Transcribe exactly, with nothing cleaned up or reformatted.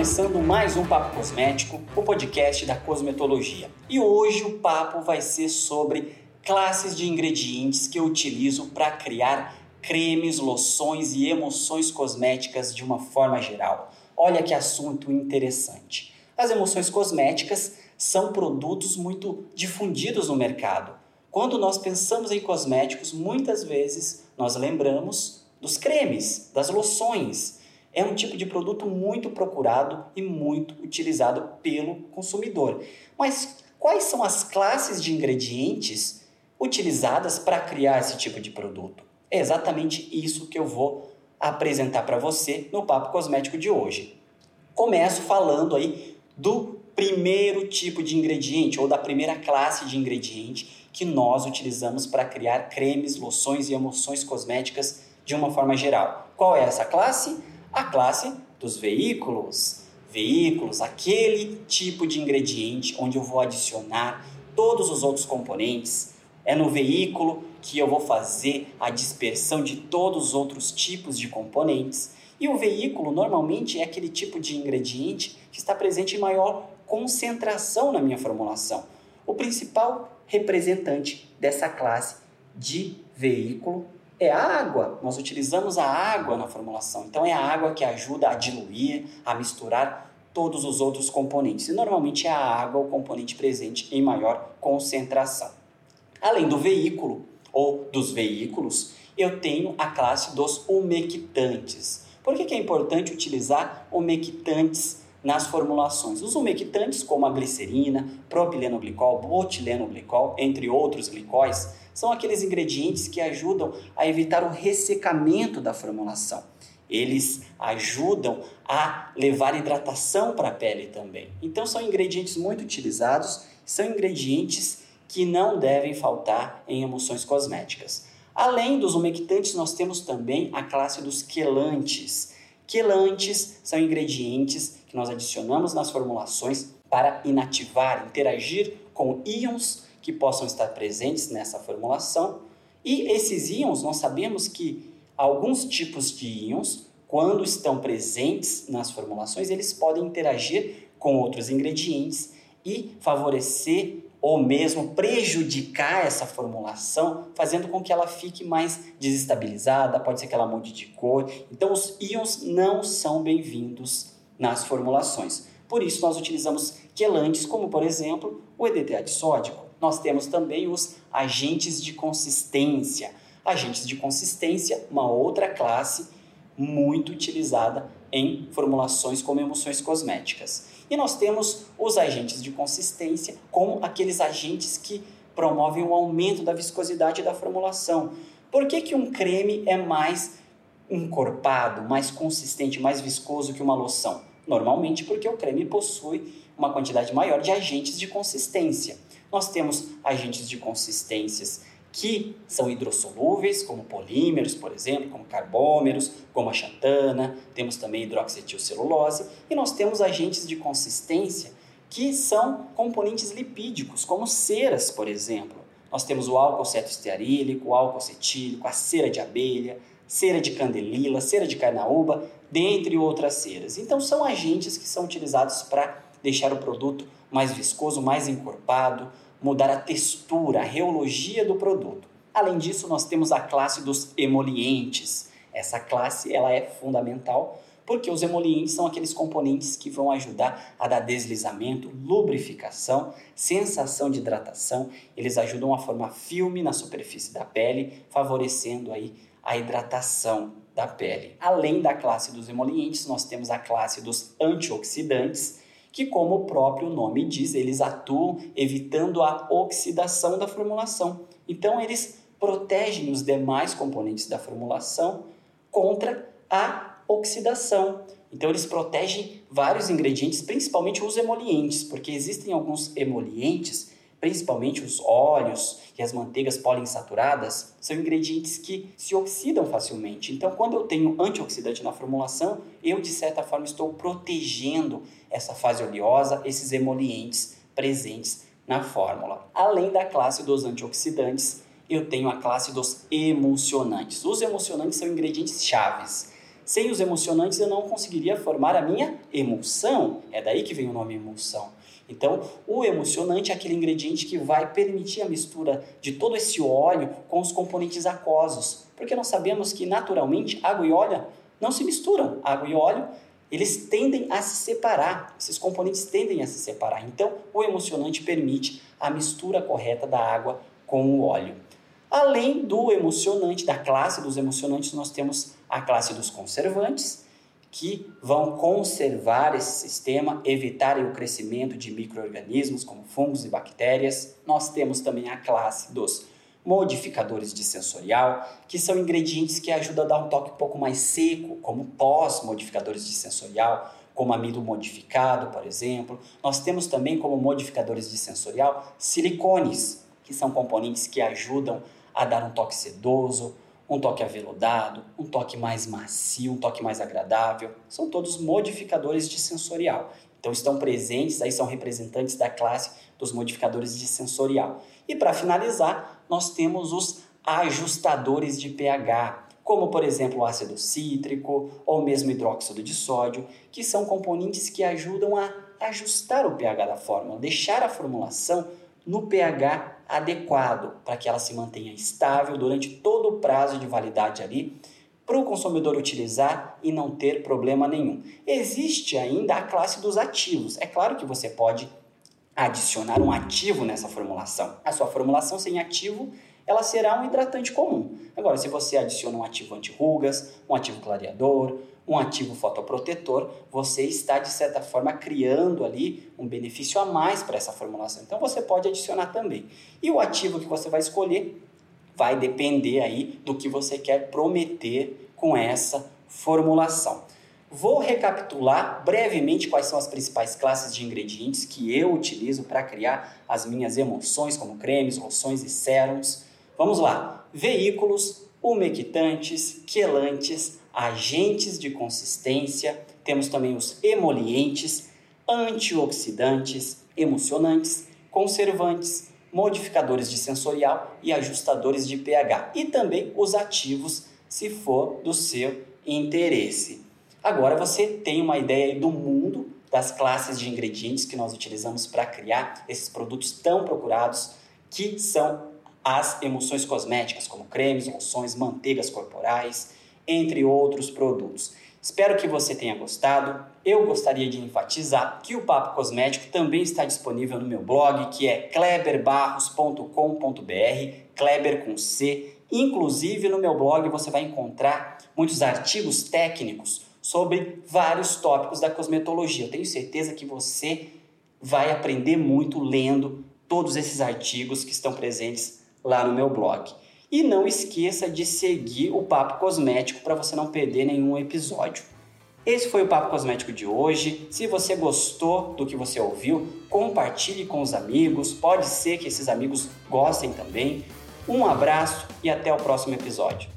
começando mais um Papo Cosmético, o podcast da cosmetologia. E hoje o papo vai ser sobre classes de ingredientes que eu utilizo para criar cremes, loções e emulsões cosméticas de uma forma geral. Olha que assunto interessante. As emulsões cosméticas são produtos muito difundidos no mercado. Quando nós pensamos em cosméticos, muitas vezes nós lembramos dos cremes, das loções. É um tipo de produto muito procurado e muito utilizado pelo consumidor. Mas quais são as classes de ingredientes utilizadas para criar esse tipo de produto? É exatamente isso que eu vou apresentar para você no Papo Cosmético de hoje. Começo falando aí do primeiro tipo de ingrediente ou da primeira classe de ingrediente que nós utilizamos para criar cremes, loções e emulsões cosméticas de uma forma geral. Qual é essa classe? A classe dos veículos. Veículos, aquele tipo de ingrediente onde eu vou adicionar todos os outros componentes. É no veículo que eu vou fazer a dispersão de todos os outros tipos de componentes. E o veículo normalmente é aquele tipo de ingrediente que está presente em maior concentração na minha formulação. O principal representante dessa classe de veículo é a água. Nós utilizamos a água na formulação. Então é a água que ajuda a diluir, a misturar todos os outros componentes. E normalmente é a água o componente presente em maior concentração. Além do veículo ou dos veículos, eu tenho a classe dos umectantes. Por que que é importante utilizar umectantes nas formulações? Os umectantes, como a glicerina, propilenoglicol, botilenoglicol, entre outros glicóis, são aqueles ingredientes que ajudam a evitar o ressecamento da formulação. Eles ajudam a levar hidratação para a pele também. Então são ingredientes muito utilizados, são ingredientes que não devem faltar em emulsões cosméticas. Além dos umectantes, nós temos também a classe dos quelantes. Quelantes são ingredientes que nós adicionamos nas formulações para inativar, interagir com íons que possam estar presentes nessa formulação. E esses íons, nós sabemos que alguns tipos de íons, quando estão presentes nas formulações, eles podem interagir com outros ingredientes e favorecer ou mesmo prejudicar essa formulação, fazendo com que ela fique mais desestabilizada, pode ser que ela mude de cor. Então, os íons não são bem-vindos nas formulações. Por isso, nós utilizamos quelantes, como, por exemplo, o E D T A disódico. Nós temos também os agentes de consistência. Agentes de consistência, uma outra classe muito utilizada em formulações como emulsões cosméticas. E nós temos os agentes de consistência como aqueles agentes que promovem o aumento da viscosidade da formulação. Por que que um creme é mais encorpado, mais consistente, mais viscoso que uma loção? Normalmente porque o creme possui uma quantidade maior de agentes de consistência. Nós temos agentes de consistências que são hidrossolúveis, como polímeros, por exemplo, como carbômeros, como a xantana, temos também hidroxietilcelulose, e nós temos agentes de consistência que são componentes lipídicos, como ceras, por exemplo. Nós temos o álcool cetoestearílico, o álcool cetílico, a cera de abelha, cera de candelila, cera de carnaúba, dentre outras ceras. Então são agentes que são utilizados para deixar o produto mais viscoso, mais encorpado, mudar a textura, a reologia do produto. Além disso, nós temos a classe dos emolientes. Essa classe ela é fundamental porque os emolientes são aqueles componentes que vão ajudar a dar deslizamento, lubrificação, sensação de hidratação. Eles ajudam a formar filme na superfície da pele, favorecendo aí a hidratação da pele. Além da classe dos emolientes, nós temos a classe dos antioxidantes, que, como o próprio nome diz, eles atuam evitando a oxidação da formulação. Então, eles protegem os demais componentes da formulação contra a oxidação. Então, eles protegem vários ingredientes, principalmente os emolientes, porque existem alguns emolientes, principalmente os óleos e as manteigas poliinsaturadas, são ingredientes que se oxidam facilmente. Então, quando eu tenho antioxidante na formulação, eu, de certa forma, estou protegendo essa fase oleosa, esses emolientes presentes na fórmula. Além da classe dos antioxidantes, eu tenho a classe dos emulsionantes. Os emulsionantes são ingredientes chaves Sem os emulsionantes eu não conseguiria formar a minha emulsão. É daí que vem o nome emulsão. Então, o emulsionante é aquele ingrediente que vai permitir a mistura de todo esse óleo com os componentes aquosos. Porque nós sabemos que, naturalmente, água e óleo não se misturam. Água e óleo, eles tendem a se separar. Esses componentes tendem a se separar. Então, o emulsionante permite a mistura correta da água com o óleo. Além do emulsionante, da classe dos emulsionantes, nós temos a classe dos conservantes, que vão conservar esse sistema, evitar o crescimento de micro-organismos como fungos e bactérias. Nós temos também a classe dos modificadores de sensorial, que são ingredientes que ajudam a dar um toque um pouco mais seco, como pós-modificadores de sensorial, como amido modificado, por exemplo. Nós temos também como modificadores de sensorial silicones, que são componentes que ajudam a dar um toque sedoso, um toque aveludado, um toque mais macio, um toque mais agradável. São todos modificadores de sensorial. Então estão presentes, aí são representantes da classe dos modificadores de sensorial. E para finalizar, nós temos os ajustadores de pH, como por exemplo o ácido cítrico ou mesmo hidróxido de sódio, que são componentes que ajudam a ajustar o pH da fórmula, deixar a formulação no pH adequado, para que ela se mantenha estável durante todo o prazo de validade ali, para o consumidor utilizar e não ter problema nenhum. Existe ainda a classe dos ativos. É claro que você pode adicionar um ativo nessa formulação. A sua formulação sem ativo, ela será um hidratante comum. Agora, se você adiciona um ativo anti-rugas, um ativo clareador, um ativo fotoprotetor, você está, de certa forma, criando ali um benefício a mais para essa formulação. Então, você pode adicionar também. E o ativo que você vai escolher vai depender aí do que você quer prometer com essa formulação. Vou recapitular brevemente quais são as principais classes de ingredientes que eu utilizo para criar as minhas emulsões, como cremes, loções e sérums. Vamos lá. Veículos, umectantes, quelantes, agentes de consistência, temos também os emolientes, antioxidantes, emulsionantes, conservantes, modificadores de sensorial e ajustadores de pH. E também os ativos, se for do seu interesse. Agora você tem uma ideia do mundo das classes de ingredientes que nós utilizamos para criar esses produtos tão procurados, que são as emulsões cosméticas, como cremes, loções, manteigas corporais, entre outros produtos. Espero que você tenha gostado. Eu gostaria de enfatizar que o Papo Cosmético também está disponível no meu blog, que é kleber barros ponto com ponto br, Kleber com C. Inclusive, no meu blog você vai encontrar muitos artigos técnicos sobre vários tópicos da cosmetologia. Eu tenho certeza que você vai aprender muito lendo todos esses artigos que estão presentes lá no meu blog. E não esqueça de seguir o Papo Cosmético para você não perder nenhum episódio. Esse foi o Papo Cosmético de hoje. Se você gostou do que você ouviu, compartilhe com os amigos. Pode ser que esses amigos gostem também. Um abraço e até o próximo episódio.